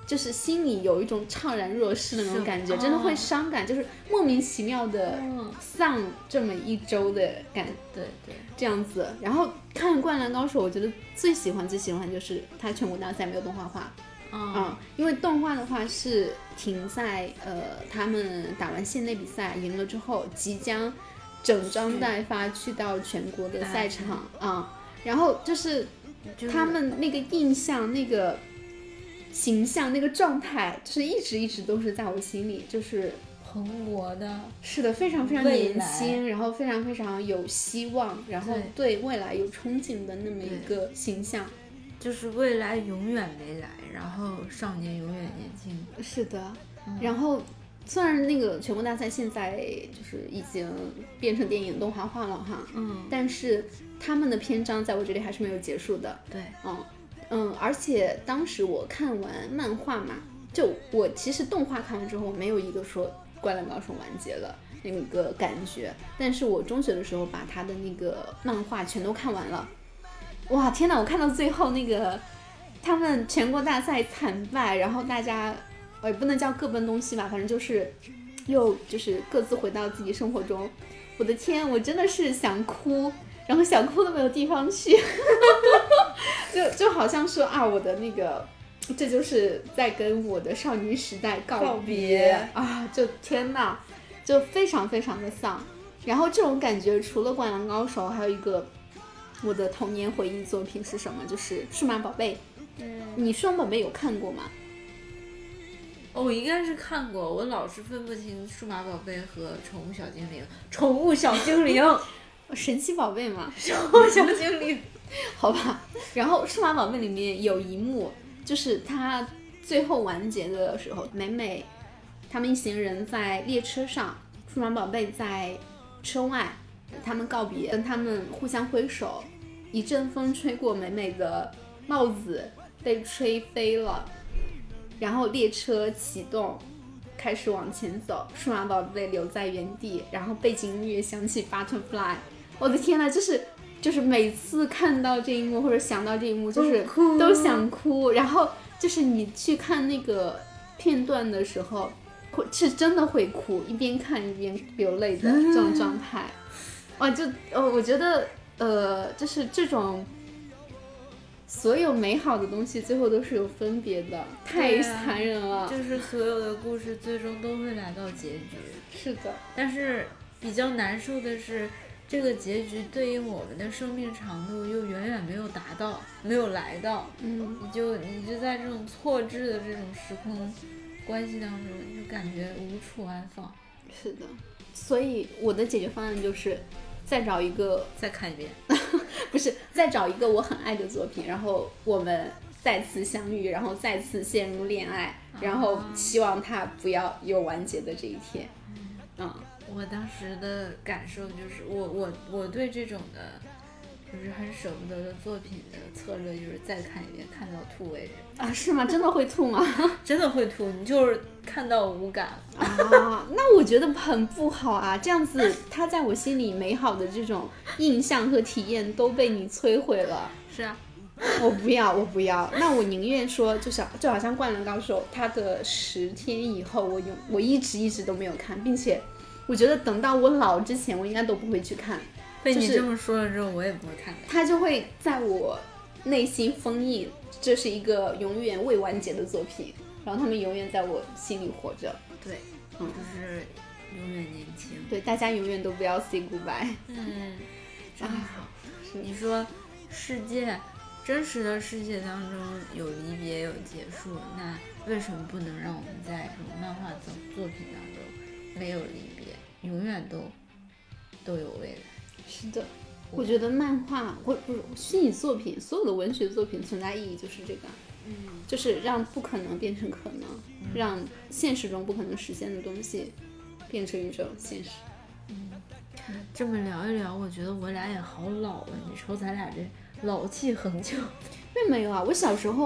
就是心里有一种怅然若失的那种感觉，真的会伤感，就是莫名其妙的丧这么一周的感， 对， 这样子。然后看《灌篮高手》，我觉得最喜欢就是它全国大赛没有动画化。因为动画的话是停在他们打完县内比赛赢了之后，即将整装待发去到全国的赛场然后就是他们那个印象、那个形象、那个状态，就是一直都是在我心里，就是蓬勃的， 是的，非常非常年轻，然后非常非常有希望，然后对未来有憧憬的那么一个形象。 就是未来永远没来，然后少年永远年轻。 是的，然后虽然那个全国大赛现在就是已经变成电影动画化了哈，但是他们的篇章在我这里还是没有结束的。 对， 而且当时我看完漫画嘛，就我其实动画看完之后，我没有一个说灌篮高手完结了那个感觉，但是我中学的时候把他的那个漫画全都看完了。哇天哪，我看到最后那个他们全国大赛惨败，然后大家也不能叫各奔东西吧，反正就是又就是各自回到自己生活中。我的天，我真的是想哭，然后想哭都没有地方去就好像说啊，我的那个这就是在跟我的少年时代告别啊，就天哪，就非常非常的丧。然后这种感觉除了灌篮高手，还有一个我的童年回忆作品是什么？就是数码宝贝。你数码宝贝有看过吗？ 我应该是看过，我老是分不清数码宝贝和宠物小精灵。宠物小精灵， 神奇宝贝嘛， 宠物小精灵， 好吧。然后数码宝贝里面有一幕，就是它最后完结的时候，美美他们一行人在列车上，数码宝贝在车外，他们告别，跟他们互相挥手，一阵风吹过，美美的帽子被吹飞了，然后列车启动，开始往前走，数码宝贝留在原地，然后背景音乐响起 Butterfly。 我的天哪，就是每次看到这一幕或者想到这一幕，就是都想哭。然后就是你去看那个片段的时候，是真的会哭，一边看一边流泪的这种状态。哇，我觉得就是这种所有美好的东西最后都是有分别的，太残忍了。 就是所有的故事最终都会来到结局。 是的，但是比较难受的是，这个结局对应我们的生命长度又远远没有达到，没有来到。你就在这种错置的这种时空关系当中，你就感觉无处安放。 是的，所以我的解决方案就是再找一个， 再看一遍不是，再找一个我很爱的作品，然后我们再次相遇，然后再次陷入恋爱，然后希望它不要有完结的这一天。 我当时的感受就是我对这种的就是很舍不得的作品的策略就是再看一遍，看到吐为止。 啊，是吗？真的会吐吗？ 真的会吐，你就是看到无感啊。那我觉得很不好啊，这样子它在我心里美好的这种印象和体验都被你摧毁了。 是啊， 我不要，那我宁愿说就好像《灌篮高手》它的10天以后我一直都没有看，并且我觉得等到我老之前我应该都不会去看。 被你这么说了之后我也不会看的。 它就会在我内心封印，这是一个永远未完结的作品，然后他们永远在我心里活着。 对，就是永远年轻。 对，大家永远都不要 say goodbye。 真好。你说真实的世界当中有离别有结束，那为什么不能让我们在这种漫画作品当中没有离别，永远都有未来？ 是的，我觉得漫画或虚拟作品，所有的文学作品存在意义就是这个，就是让不可能变成可能，让现实中不可能实现的东西变成一种现实。 这么聊一聊，我觉得我俩也好老啊！你瞅咱俩这老气横秋。 并没有啊，我小学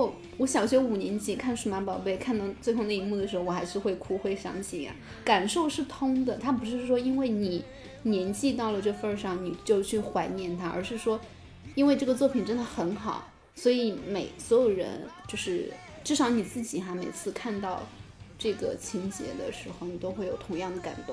5年级看数码宝贝，看到最后那一幕的时候，我还是会哭会伤心啊，感受是通的。它不是说因为你年纪到了这份上你就去怀念它，而是说因为这个作品真的很好，所以所有人就是至少你自己每次看到这个情节的时候，你都会有同样的感动。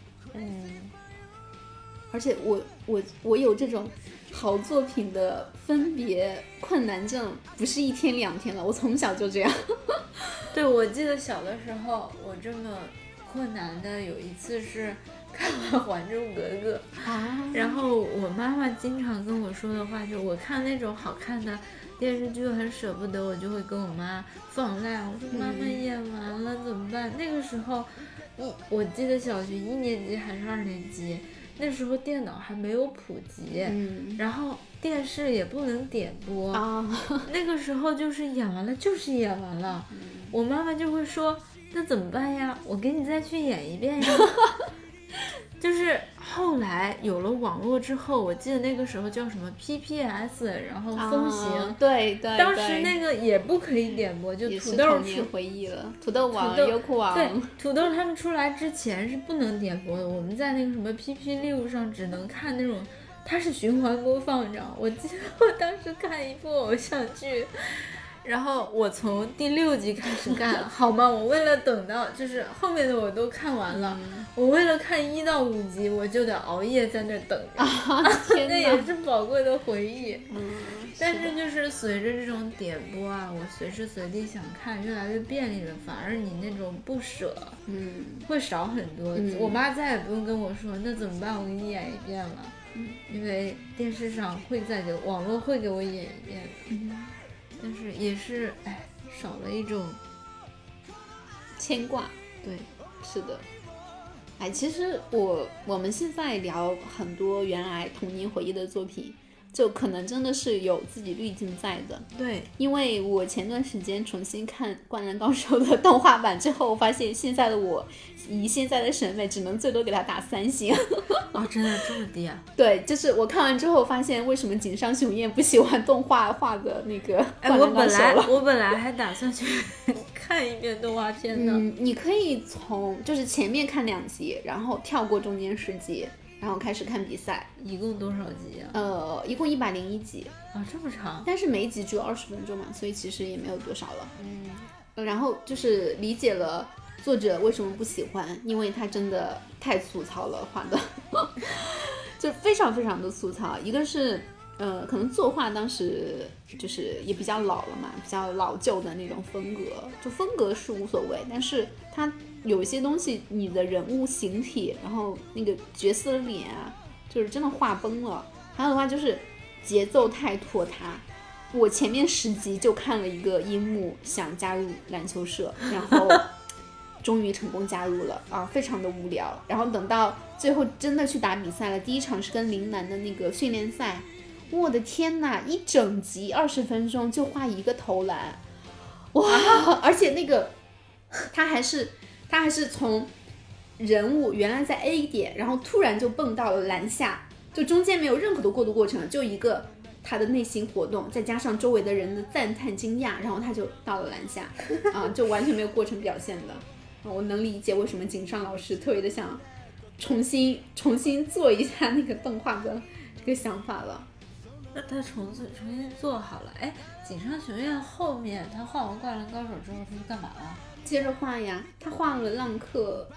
而且我有这种好作品的分别困难症，不是1天2天了，我从小就这样。 对，我记得小的时候我这么困难的有一次是看完《还珠格格》然后我妈妈经常跟我说的话就是，我看那种好看的电视剧很舍不得，我就会跟我妈放赖，我说妈妈演完了怎么办？那个时候我记得小学1年级还是2年级，那时候电脑还没有普及，然后电视也不能点播那个时候就是演完了就是演完了，我妈妈就会说那怎么办呀？我给你再去演一遍呀。就是后来有了网络之后，我记得那个时候叫什么 PPS， 然后风行， 对， 当时那个也不可以点播，就土豆童年回忆了，土豆网、优酷网， 对，土豆他们出来之前是不能点播的，我们在那个什么 PP6上只能看那种，它是循环播放，你知道，我记得我当时看一部偶像剧。然后我从第6集开始干，好吗？我为了等到就是后面的我都看完了，我为了看1到5集，我就得熬夜在那等着。那也是宝贵的回忆。但是就是随着这种点播我随时随地想看越来越便利了，反而你那种不舍，会少很多。我妈再也不用跟我说那怎么办，我给你演一遍了，因为电视上会再给网络会给我演一遍的。但是也是少了一种牵挂。 对， 是的。其实我们现在聊很多原来童年回忆的作品，就可能真的是有自己滤镜在的。 对， 因为我前段时间重新看《灌篮高手》的动画版之后，我发现现在的我以现在的审美只能最多给他打3星。 真的这么低啊？ 对，就是我看完之后发现为什么井上雄彦不喜欢动画化的那个灌篮高手了。 我本来还打算去看一遍动画片呢。 你可以从就是前面看2集，然后跳过中间10集，然后开始看比赛。 一共多少集啊？ 一共101集这么长。 但是每一集只有20分钟嘛，所以其实也没有多少了。然后就是理解了作者为什么不喜欢，因为他真的太粗糙了，画的就非常非常的粗糙。一个是可能作画当时就是也比较老了嘛，比较老旧的那种风格，就风格是无所谓，但是它有一些东西，你的人物形体，然后那个角色的脸就是真的画崩了。还有的话就是节奏太拖沓。我前面10集就看了一个樱木想加入篮球社，然后终于成功加入了非常的无聊。然后等到最后真的去打比赛了，第一场是跟陵南的那个训练赛，我的天哪，一整集20分钟就画一个投篮，哇！而且那个他还是从人物原来在 A 点，然后突然就蹦到了篮下，就中间没有任何的过渡过程，就一个他的内心活动，再加上周围的人的赞叹惊讶，然后他就到了篮下就完全没有过程表现的。我能理解为什么井上老师特别的想重新做一下那个动画的这个想法了。 那他重新做好了。井上雄彦后面他画完《灌篮高手》之后他去干嘛了？ 接着画呀，他画了浪客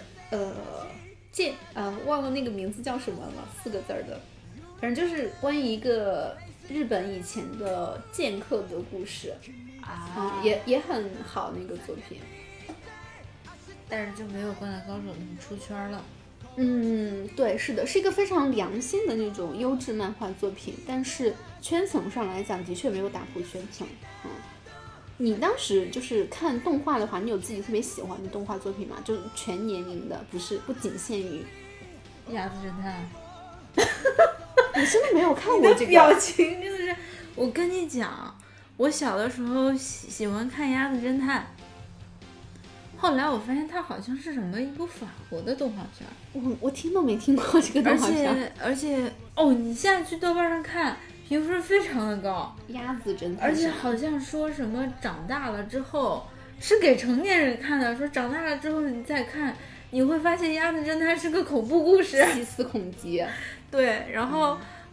忘了那个名字叫什么了，4个字的，反正就是关于一个日本以前的剑客的故事也很好那个作品， 但是就没有《灌篮高手》那么出圈了。 对，是的，是一个非常良心的那种优质漫画作品，但是圈层上来讲的确没有打破圈层。你当时就是看动画的话，你有自己特别喜欢的动画作品吗？就是全年龄的，不仅限于鸭子侦探。 你真的没有看过这个？ 你的表情真的是，我跟你讲，我小的时候喜欢看鸭子侦探，后来我发现它好像是什么一部法国的动画片， 我听都没听过这个动画片。 而且你现在去豆瓣上看，评分非常的高。 鸭子侦探， 而且好像说什么长大了之后是给成年人看的，说长大了之后你再看，你会发现鸭子侦探是个恐怖故事， 细思恐极。 对，然后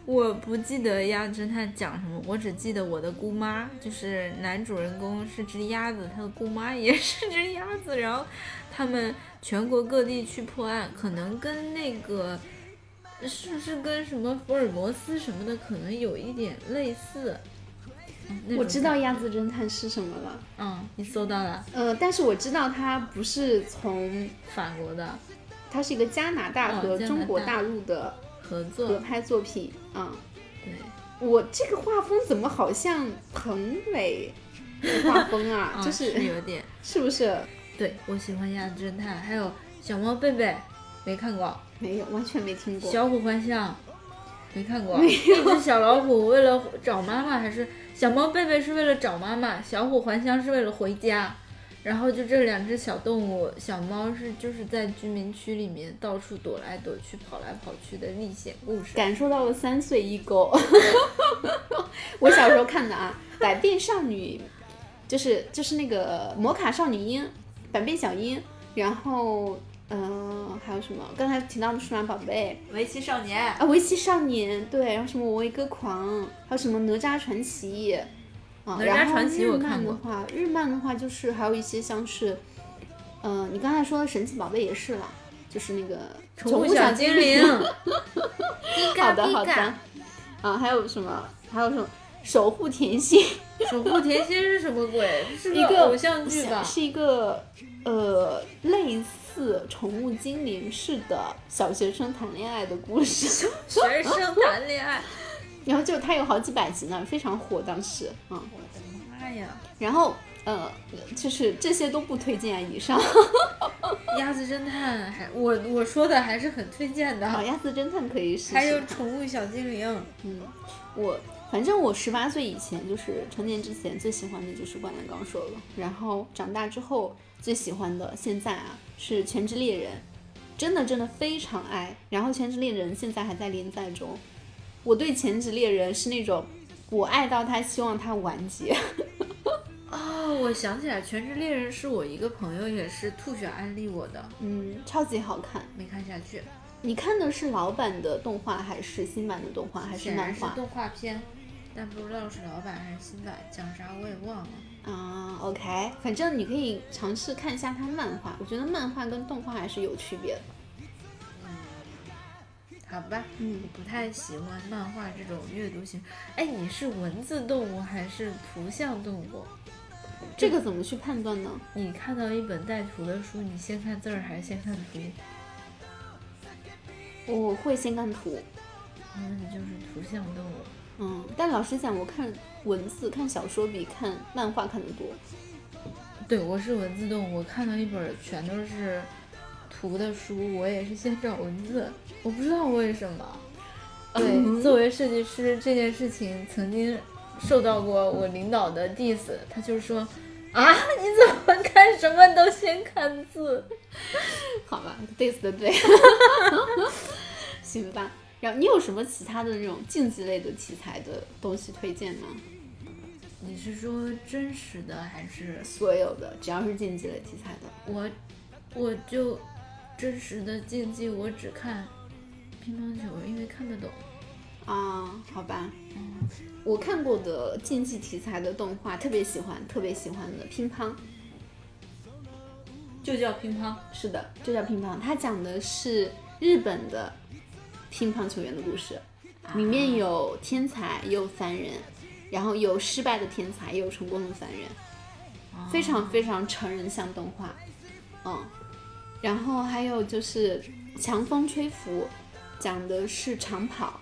我不记得《鸭子侦探》讲什么，我只记得我的姑妈，就是男主人公是只鸭子，他的姑妈也是只鸭子，然后他们全国各地去破案，可能跟那个是跟什么福尔摩斯什么的可能有一点类似。 我知道鸭子侦探是什么了。 你搜到了？ 但是我知道它不是从法国的， 它是一个加拿大和中国大陆的合拍作品。 对， 我这个画风怎么好像彭磊的画风啊？就是有点， 是不是？ 对，我喜欢鸭子侦探，还有小猫贝贝，没看过？ 没有，完全没听过。 小虎幻象，没看过。一只小老虎为了找妈妈，还是小猫贝贝是为了找妈妈，小虎幻象是为了回家。然后就这两只小动物，小猫就是在居民区里面到处躲来躲去、跑来跑去的历险故事， 感受到了3岁一勾。我小时候看的啊，百变少女，就是那个魔卡少女樱、百变小樱，然后还有什么？刚才提到的数码宝贝、 围棋少年啊，围棋少年，对，然后什么我为歌狂，还有什么哪吒传奇。 哪吒传奇我看过。 日漫的话就是还有一些像是，你刚才说的神奇宝贝也是啦，就是那个宠物小精灵。 好的。还有什么？守护甜心。 守护甜心是什么鬼？是一个偶像剧吧？ 是一个类似宠物精灵式的小学生谈恋爱的故事。 学生谈恋爱。 然后就它有好几百集呢，非常火当时。 我的妈呀！ 然后就是这些都不推荐啊，以上。 鸭子侦探我说的还是很推荐的。 鸭子侦探可以试试。 还有宠物小精灵。 反正我18岁以前，就是成年之前最喜欢的就是灌篮高手了。然后长大之后最喜欢的现在啊是全职猎人，真的非常爱。然后全职猎人现在还在连载中。我对全职猎人是那种我爱到他希望他完结。 我想起来，全职猎人是我一个朋友也是吐血安利我的。 超级好看， 没看下去。 你看的是老版的动画还是新版的动画还是漫画？ 是动画片，但不知道是老版还是新版，讲啥我也忘了。 OK， 反正你可以尝试看一下它漫画，我觉得漫画跟动画还是有区别的。 好吧，我不太喜欢漫画这种阅读型。你是文字动物还是图像动物？ 这个怎么去判断呢？ 你看到一本带图的书，你先看字儿还是先看图？ 我会先看图。 那你就是图像动物。 但老实讲，我看文字、看小说比看漫画看得多。 对，我是文字动物，我看到一本全都是图的书，我也是先找文字。我不知道为什么。对，作为设计师这件事情曾经受到过我领导的 diss， 他就说你怎么看什么都先看字？ 好吧 diss 的对。行吧。然后你有什么其他的那种竞技类的题材的东西推荐吗？ 你是说真实的还是所有的？只要是竞技类题材的。我就真实的竞技我只看乒乓球，因为看得懂。 好吧。我看过的竞技题材的动画特别喜欢的乒乓。 就叫乒乓？ 是的，就叫乒乓。它讲的是日本的乒乓球员的故事，里面有天才也有凡人，然后有失败的天才也有成功的凡人，非常非常成人向动画。然后还有就是强风吹拂，讲的是长跑。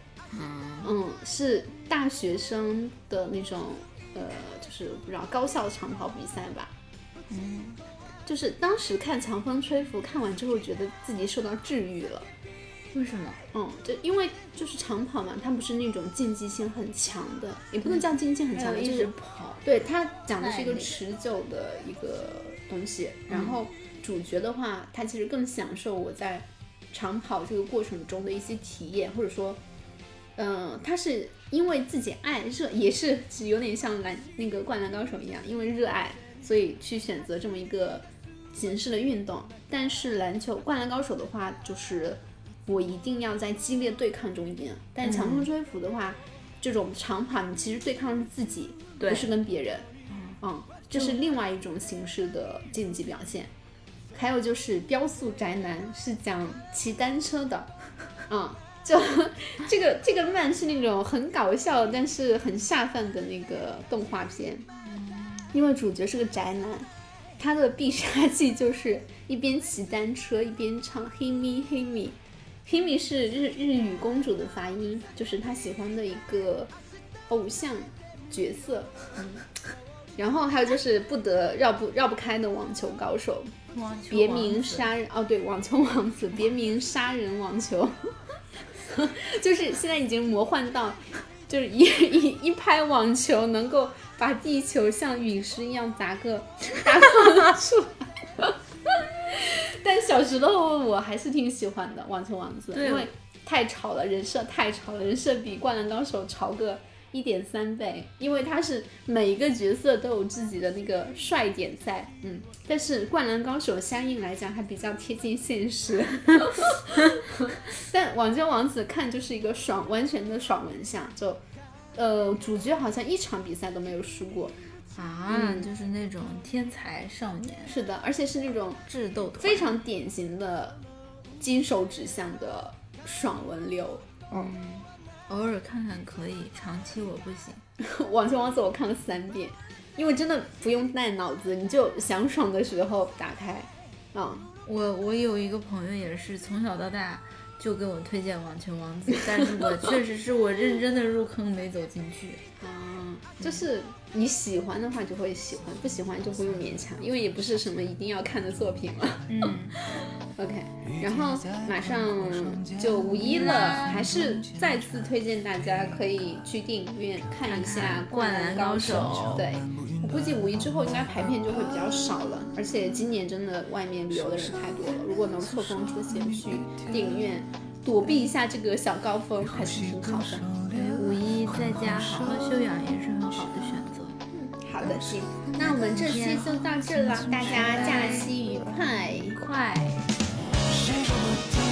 是大学生的那种就是不知道高校长跑比赛吧。就是当时看强风吹拂看完之后觉得自己受到治愈了。 为什么？ 就因为就是长跑嘛，它不是那种竞技性很强的，也不能叫竞技性很强的， 就是跑。 对，它讲的是一个持久的一个东西。然后主角的话，他其实更享受我在长跑这个过程中的一些体验，或者说他是因为自己爱热，也是有点像那个灌篮高手一样，因为热爱所以去选择这么一个形式的运动。但是灌篮高手的话就是我一定要在激烈对抗中赢。但强风吹拂的话，这种长跑你其实对抗是自己，不是跟别人。这是另外一种形式的竞技表现。还有就是标速宅男，是讲骑单车的。就这个漫是那种很搞笑但是很下饭的那个动画片。因为主角是个宅男，他的必杀技就是一边骑单车一边唱黑咪黑咪。黑咪是日语公主的发音，就是他喜欢的一个偶像角色。然后还有就是绕不开的网球高手，别名杀人对，网球王子，别名杀人网球。就是现在已经魔幻到就是一拍网球能够把地球像陨石一样打出来。但小时候我还是挺喜欢的网球王子，因为太吵了，人设太吵了，人设比灌篮高手吵个1.3倍，因为他是每一个角色都有自己的那个帅点在。但是灌篮高手相应来讲还比较贴近现实。但网球王子看就是一个完全的爽文像，就主角好像一场比赛都没有输过就是那种天才少年。 是的，而且是那种智斗非常典型的金手指向的爽文流。 偶尔看看可以，长期我不行。 网球王子我看了3遍，因为真的不用带脑子，你就想爽的时候打开。 我有一个朋友也是从小到大就给我推荐网球王子，但是我确实是我认真的入坑没走进去。 就是你喜欢的话就会喜欢，不喜欢就不用勉强，因为也不是什么一定要看的作品嘛。OK， 然后马上就5一了，还是再次推荐大家可以去电影院看一下《灌篮高手》。对，我估计5一之后应该排片就会比较少了，而且今年真的外面旅游的人太多了，如果能错峰出现去电影院躲避一下这个小高峰还是挺好的。 对，5一在家好好休养也是很好的选择。 好的，行，那我们这期就到这了，大家假期愉快。 谁说不停